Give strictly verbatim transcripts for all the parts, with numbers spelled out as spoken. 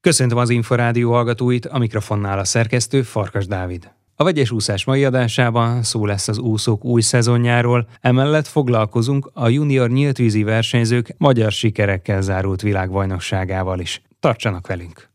Köszöntöm az Inforádió hallgatóit, a mikrofonnál a szerkesztő Farkas Dávid. A vegyes úszás mai adásában szó lesz az úszók új szezonjáról, emellett foglalkozunk a junior nyíltvízi versenyzők magyar sikerekkel zárult világbajnokságával is. Tartsanak velünk!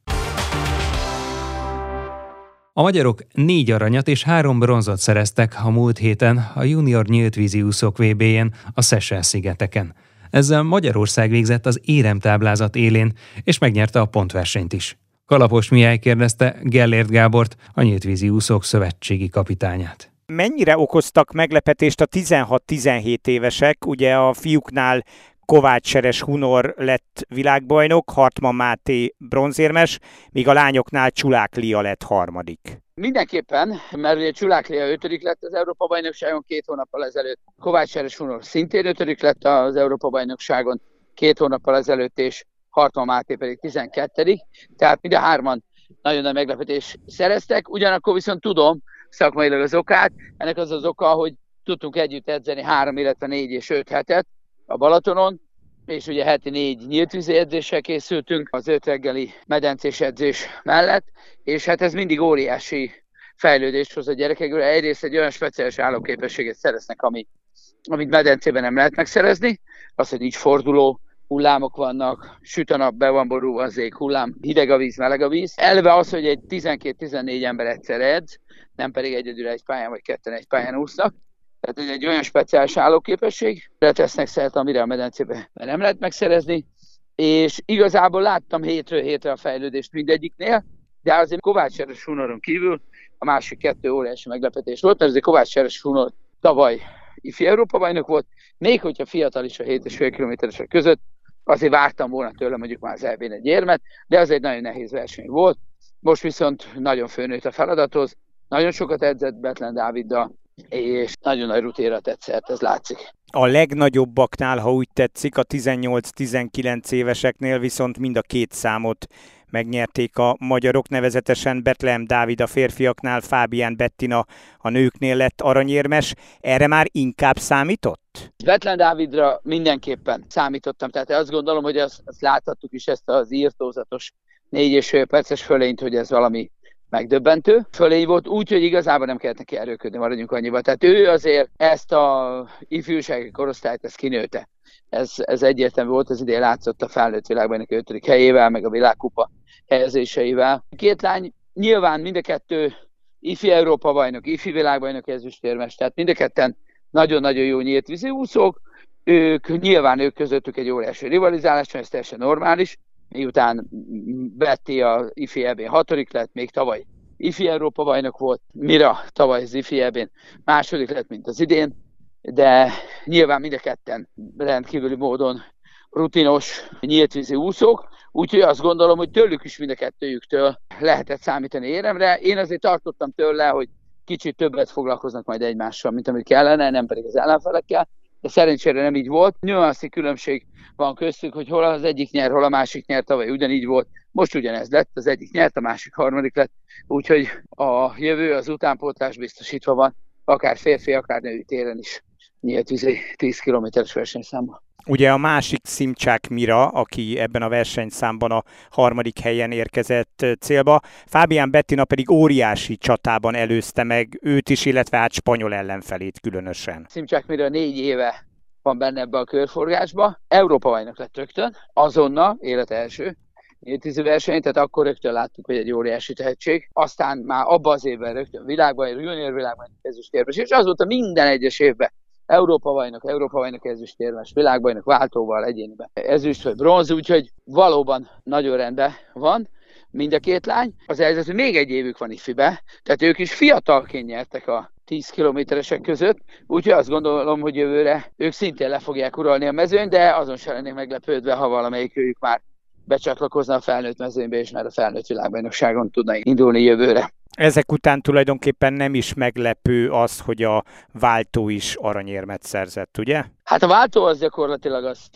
A magyarok négy aranyat és három bronzot szereztek a múlt héten a junior nyíltvízi úszók vé bé-jén a Seychelle-szigeteken. Ezzel Magyarország végzett az éremtáblázat élén, és megnyerte a pontversenyt is. Kalapos Mihály kérdezte Gellért Gábort, a Nyíltvízi Úszók Szövetségi kapitányát. Mennyire okoztak meglepetést a tizenhat-tizenhét évesek? Ugye a fiúknál Kovács Seres Hunor lett világbajnok, Hartmann Máté bronzérmes, míg a lányoknál Csulák Lia lett harmadik. Mindenképpen, mert ugye Csulák Lia ötödik lett az Európa-bajnokságon két hónappal ezelőtt, Kovács Seres Hunor szintén ötödik lett az Európa-bajnokságon két hónappal ezelőtt, és Hartmann Máté pedig tizenkettedik Tehát mind a hárman nagyon nagy meglepetés szereztek, ugyanakkor viszont tudom szakmailag az okát. Ennek az az oka, hogy tudtunk együtt edzeni három, illetve négy és öt hetet a Balatonon, és ugye heti négy nyíltvízi edzéssel készültünk az öt reggeli medencés edzés mellett, és hát ez mindig óriási fejlődést hoz a gyerekekből. Egyrészt egy olyan speciális állóképességet szereznek, ami, amit medencében nem lehet megszerezni, az, hogy nincs forduló, hullámok vannak, süt a nap, be van borulva az ég, hullám, hideg a víz, meleg a víz. Elve az, hogy egy tizenkét-tizennégy ember egyszer edz, nem pedig egyedül egy pályán vagy ketten egy pályán úsznak. Tehát ez egy olyan speciális állóképesség, tesznek szert, amire a medencében nem lehet megszerezni, és igazából láttam hétről hétre a fejlődést mindegyiknél, de azért Kovács Seres Hunoron kívül a másik kettő óriási meglepetés volt, mert azért Kovács Seres Hunor tavaly ifi Európa-bajnok volt, még hogyha fiatal is a hét és fél kilométeresek között, azért vártam volna tőle mondjuk már az é bén egy érmet, de az egy nagyon nehéz verseny volt. Most viszont nagyon fölnőtt a feladathoz, nagyon sokat edzett Bethlen Dáviddal, és nagyon nagy rutinra tett szert, ez látszik. A legnagyobbaknál, ha úgy tetszik, a tizennyolc-tizenkilenc éveseknél viszont mind a két számot megnyerték a magyarok, nevezetesen Bethlen Dávid a férfiaknál, Fábián Bettina a nőknél lett aranyérmes. Erre már inkább számított? Bethlen Dávidra mindenképpen számítottam, tehát azt gondolom, hogy azt, azt láthattuk is, ezt az írtózatos négy és fél perces fölényt, hogy ez valami megdöbbentő fölény volt, úgyhogy igazából nem kellett neki erőködni, maradjunk annyival. Tehát ő azért ezt a ifjúsági korosztályt, ezt kinőtte. Ez, ez egyértelmű volt, az idén látszott a felnőtt világbajnok ötödik helyével, meg a világkupa helyezéseivel. Két lány nyilván mind a kettő ifi Európa bajnok, ifi világbajnok ezüstérmes, tehát mind a ketten nagyon-nagyon jó nyíltvízi úszók. Ők, nyilván ők közöttük egy óriási rivalizálás, ez teljesen normális. Miután Betty a ifi é bén hatodik lett, még tavaly ifi Európa bajnok volt, Mira tavaly az ifi é bén második lett, mint az idén, de nyilván mind a ketten rendkívüli módon rutinos nyíltvízi úszók, úgyhogy azt gondolom, hogy tőlük is mind a kettőjüktől lehetett számítani éremre. Én azért tartottam tőle, hogy kicsit többet foglalkoznak majd egymással, mint amit kellene, nem pedig az ellenfelekkel, de szerencsére nem így volt. Nüanszi különbség van köztük, hogy hol az egyik nyer, hol a másik nyer, tavaly ugyanígy volt, most ugyanez lett, az egyik nyert, a másik harmadik lett, úgyhogy a jövő, az utánpótlás biztosítva van, akár férfi, akár női téren is nyíltvízi tíz kilométeres versenyszámban. Ugye a másik Szimcsák Mira, aki ebben a versenyszámban a harmadik helyen érkezett célba, Fábián Bettina pedig óriási csatában előzte meg őt is, illetve hát spanyol ellenfelét különösen. Szimcsák Mira négy éve van benne ebbe a körforgásba, Európa-bajnok lett rögtön, azonnal, élet első nyíltvízi verseny, tehát akkor rögtön láttuk, hogy egy óriási tehetség. Aztán már abban az évben rögtön világbajnok, junior világbajnok ezüstérmes, és azóta minden egyes évben Európa-bajnok, Európa-bajnok ezüstérmes, világbajnok váltóval egyéniben ezüst vagy bronz, úgyhogy valóban nagyon rendben van mind a két lány. Az helyzet, hogy még egy évük van ifibe, tehát ők is fiatalként nyertek a tíz kilométeresek között, úgyhogy azt gondolom, hogy jövőre ők szintén le fogják uralni a mezőnyt, de azon sem lennék meglepődve, ha valamelyik őjük már becsatlakozna a felnőtt mezőnybe, és már a felnőtt világbajnokságon tudna indulni jövőre. Ezek után tulajdonképpen nem is meglepő az, hogy a váltó is aranyérmet szerzett, ugye? Hát a váltó az gyakorlatilag azt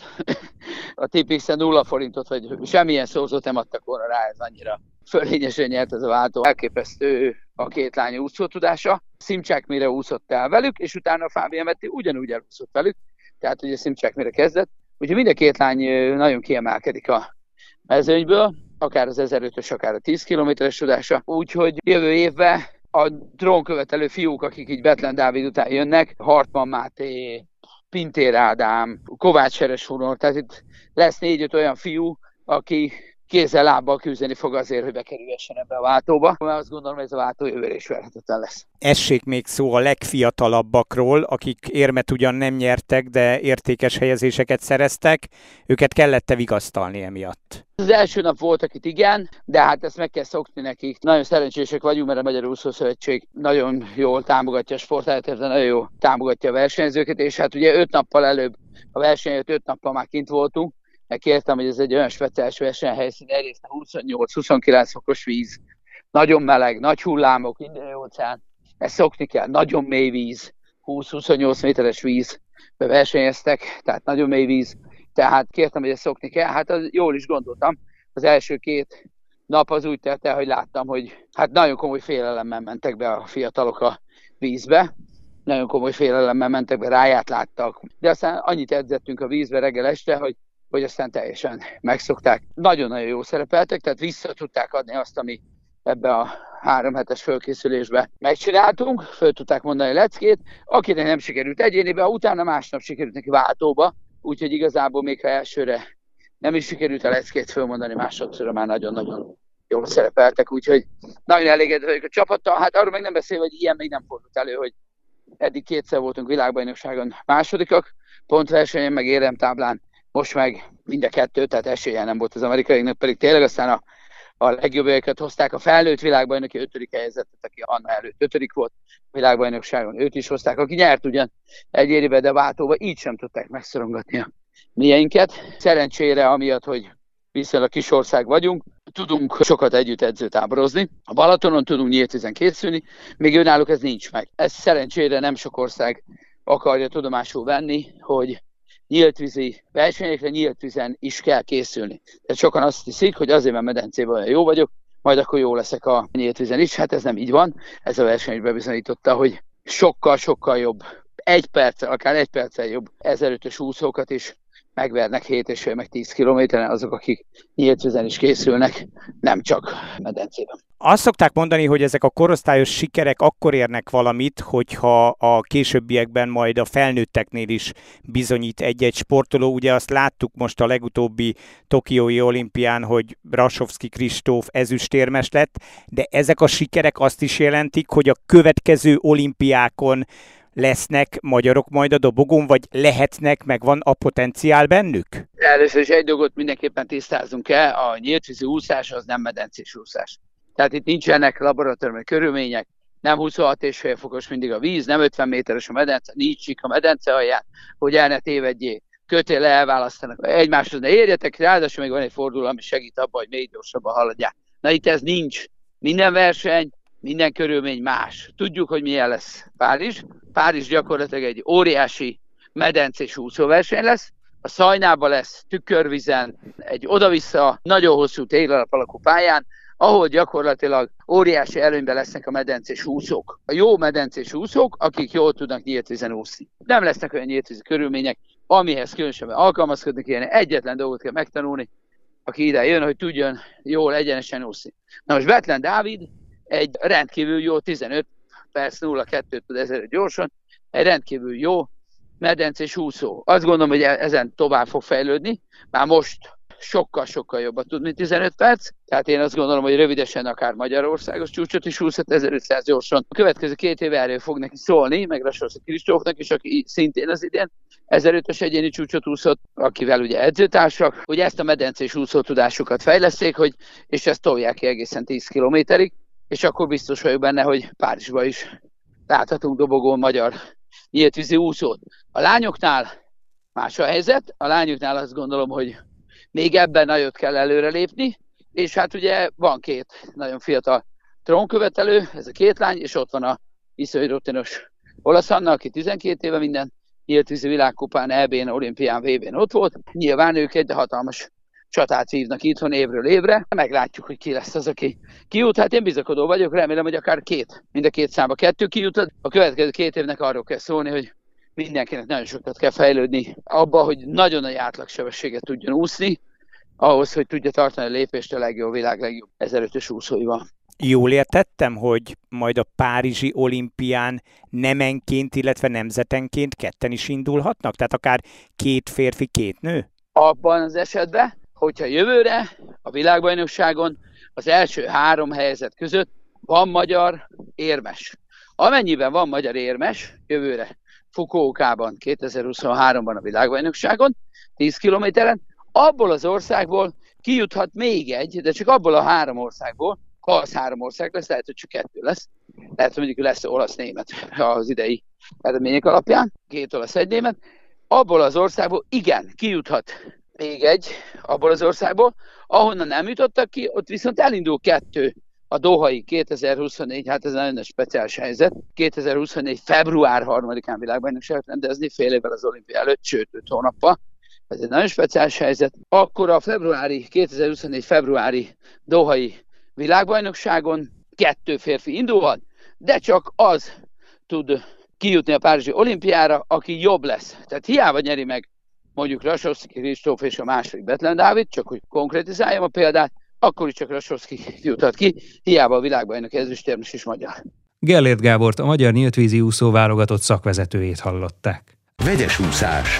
a tipixen nulla forintot, vagy semmilyen szózót nem adtak volna rá, ez annyira fölényesen nyert ez a váltó. Elképesztő a két lány úszótudása. Szimcsák Mira úszott el velük, és utána a Fábián Betty ugyanúgy elúszott velük, tehát ugye Szimcsák Mira kezdett. Úgyhogy mind a két lány nagyon kiemelkedik a mezőnyből, akár az ezerötös, akár a tíz kilométeres tudása. Úgyhogy jövő évben a drónkövetelő fiúk, akik így Bethlen Dávid után jönnek, Hartmann Máté, Pintér Ádám, Kovács Seres Hunor, tehát itt lesz négy-öt olyan fiú, aki kézzel-lábbal küzdeni fog azért, hogy bekerülhessen ebbe a váltóba. Mert azt gondolom, hogy ez a váltó jövőre is verhetetlen lesz. Essék még szó a legfiatalabbakról, akik érmet ugyan nem nyertek, de értékes helyezéseket szereztek. Őket kellett-e vigasztalni emiatt? Az első nap voltak itt igen, de hát ezt meg kell szokni nekik. Nagyon szerencsések vagyunk, mert a Magyar Úszószövetség nagyon jól támogatja a sportágat, nagyon jól támogatja a versenyzőket, és hát ugye öt nappal előbb a verseny előtt öt nappal már kint voltunk, meg kértem, hogy ez egy olyan speciális versenyhelyszín, egyrészt a huszonnyolc-huszonkilenc fokos víz, nagyon meleg, nagy hullámok, Indiai óceán, ezt szokni kell, nagyon mély víz, húsz-huszonnyolc méteres vízbe versenyeztek, tehát nagyon mély víz, tehát kértem, hogy ezt szokni kell, hát az jól is gondoltam, az első két nap az úgy telt el, hogy láttam, hogy hát nagyon komoly félelemmel mentek be a fiatalok a vízbe, nagyon komoly félelemmel mentek be, ráját láttak, de aztán annyit edzettünk a vízbe reggel este, hogy hogy aztán teljesen megszokták. Nagyon-nagyon jó szerepeltek, tehát vissza tudták adni azt, ami ebbe a három hetes fölkészülésbe megcsináltunk, föl tudták mondani a leckét, akinek nem sikerült egyénibe, utána másnap sikerült neki váltóba, úgyhogy igazából még ha elsőre nem is sikerült a leckét fölmondani, másodszorra már nagyon-nagyon jól szerepeltek, úgyhogy nagyon elégedett vagyok a csapattal. Hát arról meg nem beszélve, hogy ilyen még nem fordult elő, hogy eddig kétszer voltunk világbajnokságon másodikak, pontversenyen meg éremtáblán. Most meg mind a kettő, tehát esélye nem volt az amerikaiaknak, pedig tényleg aztán a, a legjobbjakat hozták, a felnőtt világbajnoki ötödik helyezettet, aki Anna előtt ötödik volt világbajnokságon, őt is hozták, aki nyert ugyan egyéribe, de váltóba, így sem tudták megszorongatni a mieinket. Szerencsére, amiatt, hogy viszonylag kis ország vagyunk, tudunk sokat együtt edzőtáborozni. A Balatonon tudunk nyílt vízen készülni, még önálluk ez nincs meg. Ez szerencsére nem sok ország akarja tudomásul venni, hogy nyíltvízi versenyekre nyílt vízen is kell készülni. Tehát sokan azt hiszik, hogy azért, mert medencében olyan jó vagyok, majd akkor jó leszek a nyílt vízen is. Hát ez nem így van. Ez a verseny bebizonyította, hogy sokkal-sokkal jobb, egy perccel, akár egy perccel jobb ezerötös úszókat is megvernek hét és fél meg tíz kilométeren azok, akik nyílt vízen is készülnek, nem csak medencében. Azt szokták mondani, hogy ezek a korosztályos sikerek akkor érnek valamit, hogyha a későbbiekben majd a felnőtteknél is bizonyít egy-egy sportoló. Ugye azt láttuk most a legutóbbi tokiói olimpián, hogy Brassovszky Kristóf ezüstérmes lett, de ezek a sikerek azt is jelentik, hogy a következő olimpiákon lesznek magyarok majd a dobogón, vagy lehetnek, meg van a potenciál bennük? Először is egy dolgot mindenképpen tisztázunk el, a nyíltvízi úszás az nem medencés úszás. Tehát itt nincsenek laboratóriumi körülmények, nem huszonhat és fél fokos mindig a víz, nem ötven méteres a medence, nincs csík a medence alján, hogy el ne tévedjél, kötéle elválasztanak, egymáshoz ne érjetek, ráadásul még van egy forduló, ami segít abban, hogy még gyorsabban haladják. Na itt ez nincs. Minden verseny, minden körülmény más. Tudjuk, hogy milyen lesz Párizs. Párizs gyakorlatilag egy óriási medencés úszóverseny lesz. A Szajnában lesz tükörvízen, egy oda-vissza nagyon hosszú téglalap alakú pályán, ahol gyakorlatilag óriási előnyben lesznek a medencés úszók. A jó medencés úszók, akik jól tudnak nyílt vízen úszni. Nem lesznek olyan nyílt vízi körülmények, amihez különösebben alkalmazkodni kéne. Egyetlen dolgot kell megtanulni, aki ide jön, hogy tudjon jól egyenesen úszni. Na most Bethlen Dávid egy rendkívül jó tizenöt perc nulla kettőt tud ezerre gyorsan, egy rendkívül jó medencés úszó. Azt gondolom, hogy ezen tovább fog fejlődni, már most sokkal-sokkal jobban tud, mint tizenöt perc, tehát én azt gondolom, hogy rövidesen akár Magyarországos csúcsot is úszhat ezerötszáz gyorsan. A következő két év erről fog neki szólni, meg Brassovszky Kristófnak is, aki szintén az idén ezerötös egyéni csúcsot úszott, akivel ugye edzőtársak, hogy ezt a medencés úszó tudásukat fejleszték, hogy, és ezt tolják ki egészen tíz kilométerig, és akkor biztos vagyok benne, hogy Párizsba is láthatunk dobogón magyar nyíltvízi úszót. A lányoknál más a helyzet, a lányoknál azt gondolom, hogy még ebben nagyot kell előrelépni, és hát ugye van két nagyon fiatal trónkövetelő, ez a két lány, és ott van a Iszai Rutinos olasz Anna, aki tizenkét éve minden nyíltvízi világkupán, é bén, olimpián, vé bén ott volt. Nyilván ők egy hatalmas csatát vívnak itthon évről évre. Meglátjuk, hogy ki lesz az, aki kijut. Hát én bizakodó vagyok, remélem, hogy akár két, mind a két számba kettő kijut. A következő két évnek arról kell szólni, hogy mindenkinek nagyon sokat kell fejlődni abba, hogy nagyon nagy átlagsebességet tudjon úszni, ahhoz, hogy tudja tartani a lépést a legjobb, világ legjobb ezerötös úszóival. Jól értettem, hogy majd a párizsi olimpián nemenként, illetve nemzetenként ketten is indulhatnak? Tehát akár két férfi, két nő? Abban az esetben, hogyha jövőre a világbajnokságon az első három helyezett között van magyar érmes. Amennyiben van magyar érmes jövőre Fukuokában kétezer-huszonháromban a világbajnokságon, tíz kilométeren, abból az országból kijuthat még egy, de csak abból a három országból, ha az három ország lesz, lehet, hogy csak kettő lesz. Lehet, hogy mondjuk lesz olasz-német az idei eredmények alapján, két olasz, egy német. Abból az országból igen, kijuthat még egy, abból az országból, ahonnan nem jutottak ki, ott viszont elindul kettő. A dohai kétezer-huszonnégy, hát ez nagyon speciális helyzet, kétezer-huszonnégy február harmadikán világbajnokságot rendezni, fél évvel az olimpia előtt, sőt öt hónappal. Ez egy nagyon speciális helyzet. Akkor a februári, kétezer-huszonnégy februári dohai világbajnokságon kettő férfi indulhat, de csak az tud kijutni a párizsi olimpiára, aki jobb lesz. Tehát hiába nyeri meg mondjuk Rasovszky Kristóf és a második Bethlen Dávid, csak hogy konkrétizáljam a példát, akkor is csak Rasovszky jutott ki, hiába a világbajnok ezüstérmes is magyar. Gellért Gábort, a magyar nyíltvízi úszó válogatott szakvezetőjét hallották. Vegyes úszás.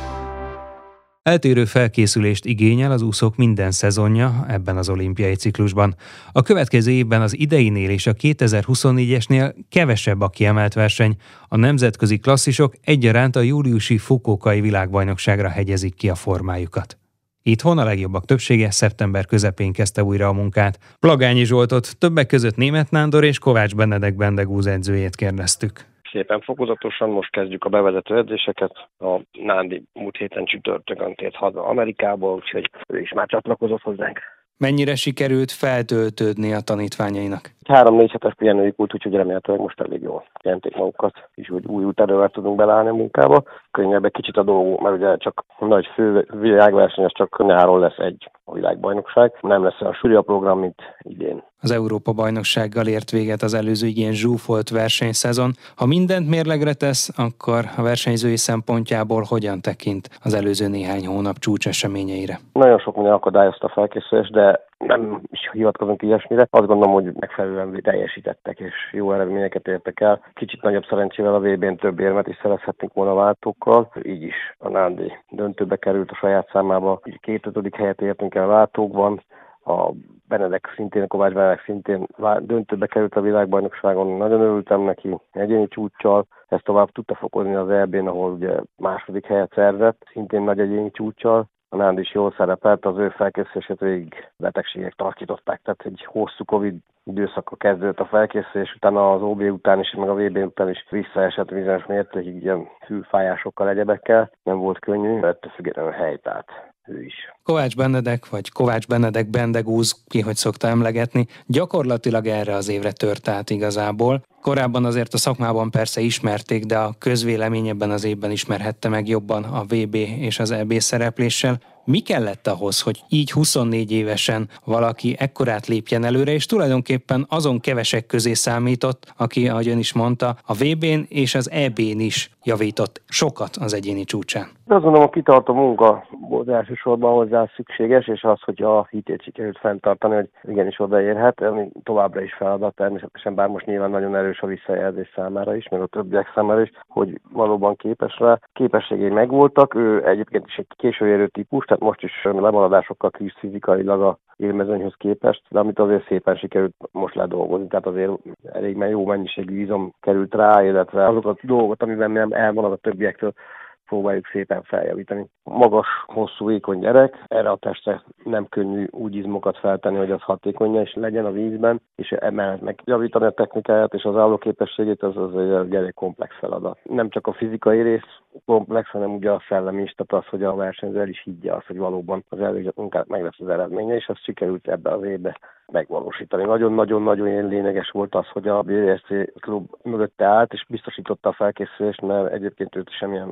Eltérő felkészülést igényel az úszók minden szezonja ebben az olimpiai ciklusban. A következő évben az ideinél és a kétezer-huszonnégyesnél kevesebb a kiemelt verseny. A nemzetközi klasszisok egyaránt a júliusi Fukuokai világbajnokságra hegyezik ki a formájukat. Itthon a legjobbak többsége szeptember közepén kezdte újra a munkát. Plagányi Zsoltot, többek között Németh Nándor és Kovács Benedek bendegúz edzőjét kérdeztük. Szépen fokozatosan most kezdjük a bevezető edzéseket. A Nándi múlt héten csütörtökön tért haza Amerikából, úgyhogy ő is már csatlakozott hozzánk. Mennyire sikerült feltöltődni a tanítványainak? Három-négy hetes pihenőjük volt, úgyhogy remélhetőleg most elég jól pihenték magukat, és úgy új úterővel tudunk beleállni a munkába. Könnyebb egy kicsit a dolgunk, mert ugye csak nagy fő világverseny, az csak nyáron lesz egy a világbajnokság. Nem lesz olyan sűrű a program, mint idén. Az Európa-bajnoksággal ért véget az előző ilyen zsúfolt versenyszezon. Ha mindent mérlegre tesz, akkor a versenyzői szempontjából hogyan tekint az előző néhány hónap csúcseseményeire? Nagyon sok minden akadályozta a felkészülést, de nem is hivatkozunk ilyesmire. Azt gondolom, hogy megfelelően teljesítettek és jó eredményeket értek el. Kicsit nagyobb szerencsével a vé bén több érmet is szerezhetnénk volna a váltókkal. Így is a Nándi döntőbe került a saját számába. Így két ötödik helyet értünk el a váltókban. A Benedek szintén, a Kovács Benedek szintén döntőbe került a világbajnokságon. Nagyon örültem neki egyéni csúccsal. Ezt tovább tudta fokozni az é bén, ahol ugye második helyet szerzett, szintén nagy egyéni csúccsal. A Nándi is jól szerepelt, az ő felkészülését végig betegségek tarkították, tehát egy hosszú Covid időszakra kezdődött a felkészülés, utána az ó bé után is, meg a vé bé után is visszaesett bizonyos mértékig ilyen fülfájásokkal, egyebekkel. Nem volt könnyű, de ettől függetlenül helytált ő is. Kovács Benedek, vagy Kovács Benedek bendegúz, ki hogy szokta emlegetni, gyakorlatilag erre az évre tört át igazából. Korábban azért a szakmában persze ismerték, de a közvélemény ebben az évben ismerhette meg jobban a vé bé és az é bé szerepléssel. Mi kellett ahhoz, hogy így huszonnégy évesen valaki ekkorát lépjen előre, és tulajdonképpen azon kevesek közé számított, aki, ahogy ön is mondta, a vé bén és az é bén is javított sokat az egyéni csúcsán? Azt gondolom, a kitartó munka volt elsősorban hozzá szükséges, és az, hogy a hitét sikerült fenntartani, hogy igenis odaérhet, ami továbbra is feladat természetesen, bár most nyilván nagyon erős a visszajelzés számára is, meg a többiek számára is, hogy valóban képes rá. Képességei megvoltak, ő egyébként is egy későérő típus, tehát most is lemaradásokkal küzd fizikailag a élmezőnyhöz képest, de amit azért szépen sikerült most ledolgozni, tehát azért elég jó mennyiségű izom került rá, illetve azokat a dolgokat, amiben nem elmarad a többiektől, próbáljuk szépen feljavítani. Magas, hosszú, vékony gyerek, erre a testre nem könnyű úgy izmokat feltenni, hogy az hatékony is legyen a vízben, és emellett megjavítani a technikáját és az állóképességét, az, az egy elég komplex feladat. Nem csak a fizikai rész komplex, hanem ugye a szellemi is, tehát az, hogy a versenyző el is higgye azt, hogy valóban az elvégzett munkát meg lesz az eredménye, és azt sikerült ebbe az évbe megvalósítani. Nagyon-nagyon-nagyon lényeges volt az, hogy a bé es cé klub mögötte állt, és biztosította a felkészülést, mert egyébként őt semmilyen központi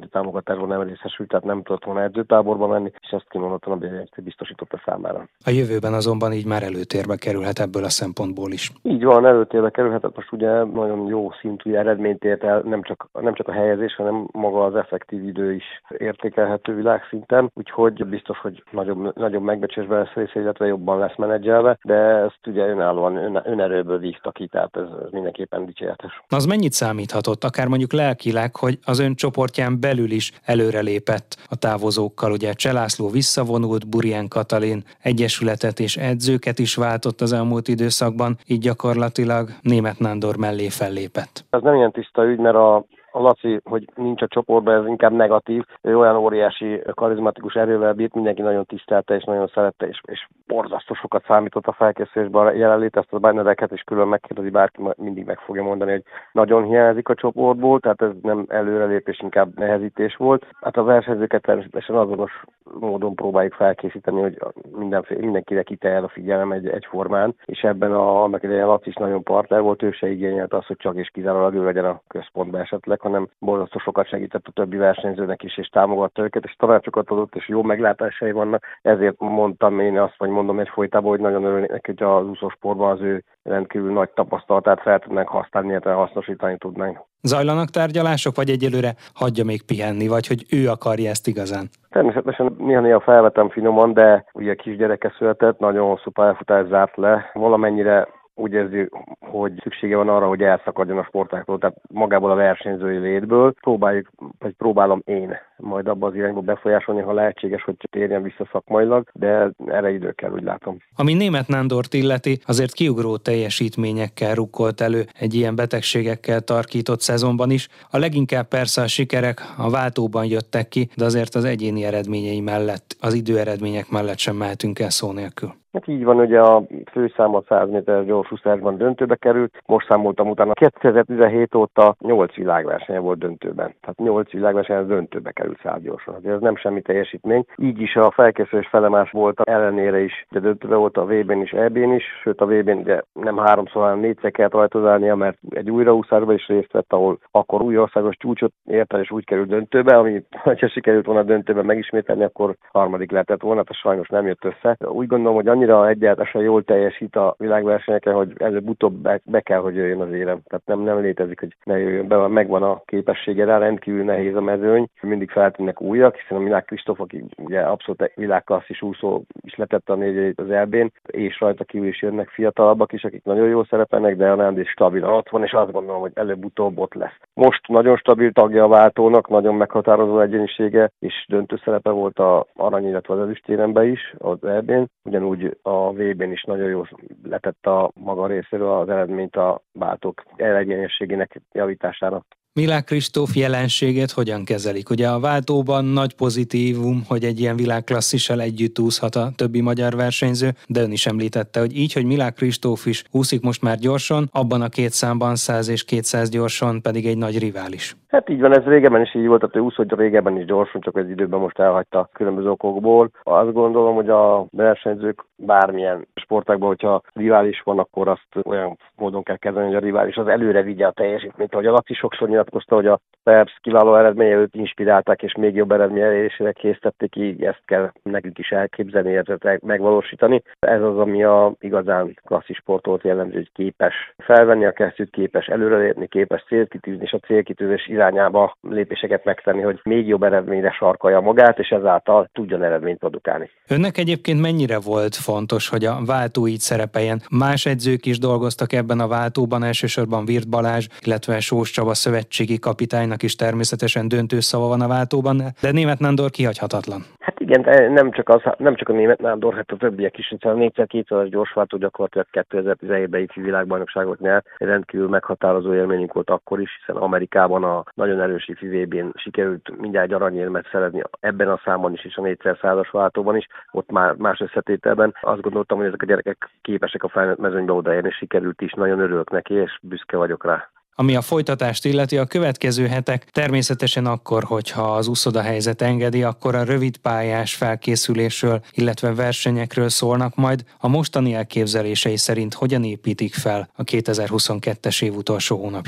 szintű támogatásban nem részesült, tehát nem tudott volna edzőtáborba menni, és ezt kimondottan a bé vé er cé biztosította számára. A jövőben azonban így már előtérbe kerülhet ebből a szempontból is. Így van, előtérbe kerülhetett, most ugye nagyon jó szintű eredményt ért el, nem csak, nem csak a helyezés, hanem maga az effektív idő is értékelhető világszinten, úgyhogy biztos, hogy nagyobb, nagyobb megbecsésbe lesz része, illetve jobban lesz menedzselve, de ezt ugye önállóan, ön, önerőből vívta ki, tehát ez, ez mindenképpen dicséretes. Az mennyit számíthatott, akár mondjuk lelkileg, hogy az ön csoportján belül is előrelépett a távozókkal, ugye Cseh László visszavonult, Burján Katalin egyesületet és edzőket is váltott az elmúlt időszakban, így gyakorlatilag Németh Nándor mellé fellépett. Ez nem ilyen tiszta ügy, mert a A Laci, hogy nincs a csoportban, ez inkább negatív. Ő olyan óriási, karizmatikus erővel bírt, mindenki nagyon tisztelte és nagyon szerette, és, és borzasztó sokat számított a felkészülésben a jelenlét. Ezt a bennedeket is külön megkérdezi, bárki mindig meg fogja mondani, hogy nagyon hiányzik a csoportból, tehát ez nem előrelépés, inkább nehezítés volt. Hát a versenyzőket természetesen azonos módon próbáljuk felkészíteni, hogy mindenféle, mindenkire kiterjed a figyelem egy, egyformán, és ebben a, annak idején Laci is nagyon partner volt, ő se igényelt azt, hogy csak és kizárólag ő legyen a központban esetleg, hanem borzasztó sokat segített a többi versenyzőnek is, és támogatta őket, és tanácsokat adott, és jó meglátásai vannak. Ezért mondtam én azt, vagy mondom egyfolytában, hogy nagyon örülnék neki, hogy az úszósportban az ő rendkívül nagy tapasztalatát fel tudnánk használni, illetve hasznosítani tudnánk. Zajlanak tárgyalások, vagy egyelőre hagyja még pihenni, vagy hogy ő akarja ezt igazán? Természetesen néha-néha felvetem finoman, de ugye kisgyereke született, nagyon hosszú pályafutás zárt le, valamennyire úgy érzi, hogy szüksége van arra, hogy elszakadjon a sportáktól, tehát magából a versenyzői létből. Próbáljuk, vagy próbálom én majd abba az irányba befolyásolni, ha lehetséges, hogy térjen vissza szakmailag, de erre idő kell, úgy látom. Ami Németh Nándort illeti, azért kiugró teljesítményekkel rukkolt elő egy ilyen betegségekkel tarkított szezonban is. A leginkább persze a sikerek a váltóban jöttek ki, de azért az egyéni eredményei mellett, az időeredmények mellett sem mehetünk el szó nélkül. Hát így van, ugye a főszámot száz méteres gyorsúszásban döntőbe került, most számoltam utána kétezer-tizenhét óta nyolc világversenye volt döntőben. Tehát nyolc világversenyen döntőbe került száz gyorsan. Hát ez nem semmi teljesítmény. Így is a felkészülés felemás volt ellenére is, de döntőbe volt a vé bén is, é bén is, sőt a vé bén ugye nem háromszor, hanem négyszer kellett rajtozálnia, mert egy újraúszásban is részt vett, ahol akkor új országos csúcsot ért el és úgy került döntőbe, ami ha sikerült volna döntőben megismételni, akkor harmadik lehetett volna, tehát sajnos nem jött össze. Úgy gondolom, hogy annyira egyáltalán jól teljesít a világversenyeken, hogy előbb-utóbb be, be kell, hogy jöjjön az érem. Tehát nem, nem létezik, hogy ne jöjjön be, megvan a képessége rá, rendkívül nehéz a mezőny, mindig feltűnnek újak, hiszen a Milák Kristóf, aki ugye abszolút világklasszis úszó is letette a négyeit az é bén, és rajta kívül is jönnek fiatalabbak is, akik nagyon jól szerepelnek, de a Nándi stabilan ott van, és azt gondolom, hogy előbb-utóbb ott lesz. Most nagyon stabil tagja a váltónak, nagyon meghatározó egyénisége, és döntő szerepe volt a arany, illetve az ezüstéremben is, az é bén, ugyanúgy a vé bén is nagyon jól letett a maga részéről az eredményt a váltók eredményességének javítására. Milák Kristóf jelenségét hogyan kezelik? Ugye a váltóban nagy pozitívum, hogy egy ilyen világklasszissal együtt úszhat a többi magyar versenyző, de ön is említette, hogy így, hogy Milák Kristóf is úszik most már gyorsan, abban a két számban száz és kétszáz gyorsan pedig egy nagy rivális. Hát így van, ez régebben is így volt, tehát ő úszott régebben is gyorsan, csak az időben most elhagyta különböző okokból. Azt gondolom, hogy a versenyzők bármilyen sportákban, hogyha rivális van, akkor azt olyan módon kell kezelni, hogy a rivális az előre vigye a teljesítményt. Ahogy a Laci sokszor nyilatkozta, hogy a Phelps kiváló eredménye őt inspirálták, és még jobb eredmény elérésére készítették, így ezt kell nekünk is elképzelni, illetve megvalósítani. Ez az, ami a igazán klasszis sportot jellemző, hogy képes felvenni a kesztyűt, képes előrelépni, képes célt kitűzni, és a célkitűzés irányába lépéseket megtenni, hogy még jobb eredményre sarkalja magát, és ezáltal tudjon eredményt produkálni. Önnek egyébként mennyire volt fontos, hogy a váltó így szerepeljen? Más edzők is dolgoztak ebben a váltóban, elsősorban Virt Balázs, illetve Sós Csaba szövetségi kapitánynak is természetesen döntő szava van a váltóban, de Németh Nándor kihagyhatatlan. Hát igen, nem csak, az, nem csak a Németh Nándor, hát a többiek is, hiszen a négyszer kétszázas gyorsváltó gyakorlatilag kétezer-tizenhétben ifjú világbajnokságot nyert. Egy rendkívül meghatározó élményünk volt akkor is, hiszen Amerikában a nagyon erős ifjú vé bén sikerült mindjárt egy aranyérmet szerezni ebben a számon is, és a négyszer százas váltóban is, ott már más összetételben. Azt gondoltam, hogy ezek a gyerekek képesek a felnőtt mezőnybe odaérni, és sikerült is, nagyon örülök neki, és büszke vagyok rá. Ami a folytatást illeti, a következő hetek természetesen akkor, hogyha az úszoda helyzet engedi, akkor a rövidpályás felkészülésről, illetve versenyekről szólnak majd. A mostani elképzelései szerint hogyan építik fel a kétezer-huszonkettes év utolsó hónapjait?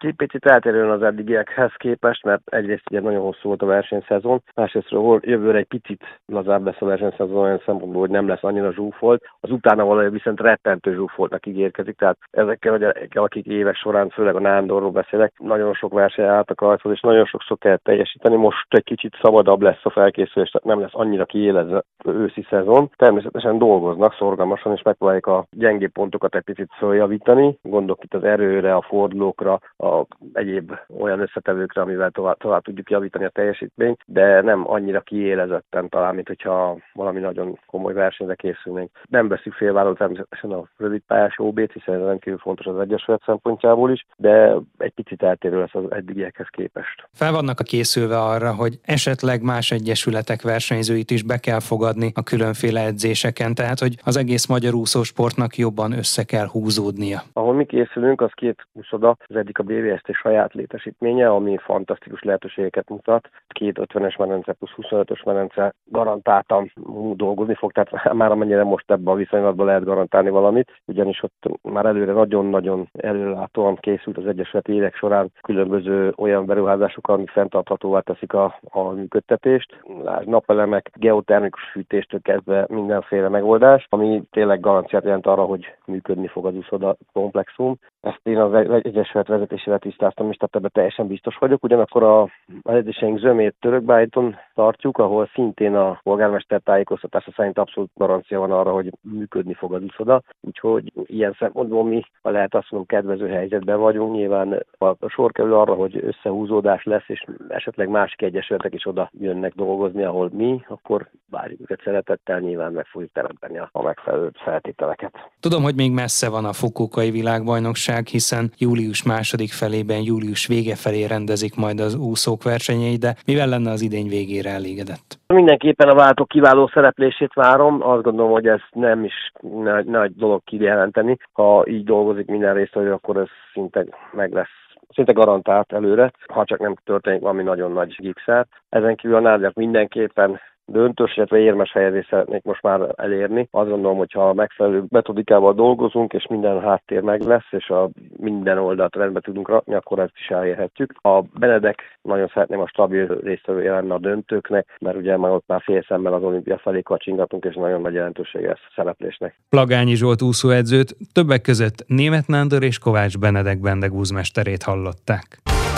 Picit eltérően az eddigiekhez képest, mert egyrészt ugye nagyon hosszú volt a versenyszezon, másrésztről jövőre egy picit lazább lesz a versenyszezon olyan szempontból, hogy nem lesz annyira zsúfolt, az utána valami viszont rettentő zsúfoltnak ígérkezik, tehát ezekkel, hogy akik évek során, főleg a Nándorról beszélek, nagyon sok verseny álltak rajta, és nagyon sokszor kell teljesíteni, most egy kicsit szabadabb lesz a felkészülés, tehát nem lesz annyira kiélezve őszi szezon. Természetesen dolgoznak szorgalmasan, és megpróbálják a gyengébb pontokat egy picit följavítani, gondolok itt az erőre, a fordulókra, a egyéb olyan összetevőkre, amivel tovább, tovább tudjuk javítani a teljesítményt, de nem annyira kiélezetten talán, mint hogyha valami nagyon komoly versenyre készülnénk. Nem veszük félvállal természetesen a rövidpályás ó bét, hiszen ez rendkívül fontos az egyesület szempontjából is, de egy picit eltérő lesz az eddigiekhez képest. Fel vannak a készülve arra, hogy esetleg más egyesületek versenyzőit is be kell fogadni a különféle edzéseken, tehát hogy az egész magyar úszósportnak jobban össze kell húzódnia. Ahol mi készülünk, az két úszoda, az egyik a bé vé es té saját létesítménye, ami fantasztikus lehetőségeket mutat. Két ötvenes medence plusz huszonötös medence garantáltan dolgozni fog, tehát már amennyire most ebben a viszonylatban lehet garantálni valamit, ugyanis ott már előre nagyon-nagyon előrelátóan készült az egyesület évek során különböző olyan beruházásokkal, amik fenntarthatóvá teszik a, a működtetést. Napelemek, geotermikus fűtéstől kezdve mindenféle megoldás, ami tényleg garanciát jelent arra, hogy működni fog az úszoda komplexum. Ezt én az egyesület vezetésével tisztáztam is, tehát ebben teljesen biztos vagyok. Ugyanakkor a, az edzéseink zömét Törökbájton tartjuk, ahol szintén a polgármester tájékoztatása szerint abszolút garancia van arra, hogy működni fog az úszoda. Úgyhogy ilyen szempontból mi, ha lehet azt mondom, kedvező helyzetben vagyunk. Nyilván a sor kerül arra, hogy összehúzódás lesz, és esetleg másik egyesületek is oda jönnek dolgozni, ahol mi, akkor várjuk őket szeretettel, nyilván meg fogjuk teremteni a megfelelő feltételeket. Tudom, hogy még messze van a Fukuokai világbajnokság, hiszen július második felében, július vége felé rendezik majd az úszók versenyeit, de mivel lenne az idény végére elégedett? Mindenképpen a váltók kiváló szereplését várom, azt gondolom, hogy ez nem is nagy, nagy dolog kijelenteni. Ha így dolgozik minden résztvevő, akkor ez szinte meg lesz. Szinte garantált előre, ha csak nem történik valami nagyon nagy gigszer. Ezen kívül a nádják mindenképpen döntős, illetve érmes helyezést szeretnék most már elérni. Azt gondolom, hogy ha megfelelő metodikával dolgozunk, és minden háttér meg lesz, és a minden oldalt rendbe tudunk rakni, akkor ezt is elérhetjük. A Benedek nagyon szeretném a stabil résztvevője lenne a döntőknek, mert ugye már ott már fél szemmel az olimpia felé kacsingatunk, és nagyon nagy jelentősége lesz a szereplésnek. Plagányi Zsolt úszóedzőt, többek között Németh Nándor és Kovács Benedek bendegúzmesterét hallották.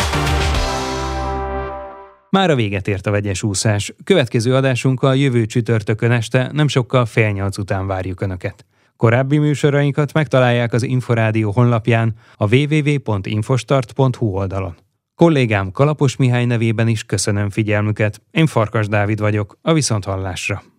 Mára véget ért a vegyes úszás. Következő adásunkkal jövő csütörtökön este nem sokkal fél nyolc után várjuk Önöket. Korábbi műsorainkat megtalálják az Inforádió honlapján, a double-u double-u double-u pont infostart pont hu oldalon. Kollégám Kalapos Mihály nevében is köszönöm figyelmüket. Én Farkas Dávid vagyok, a viszonthallásra.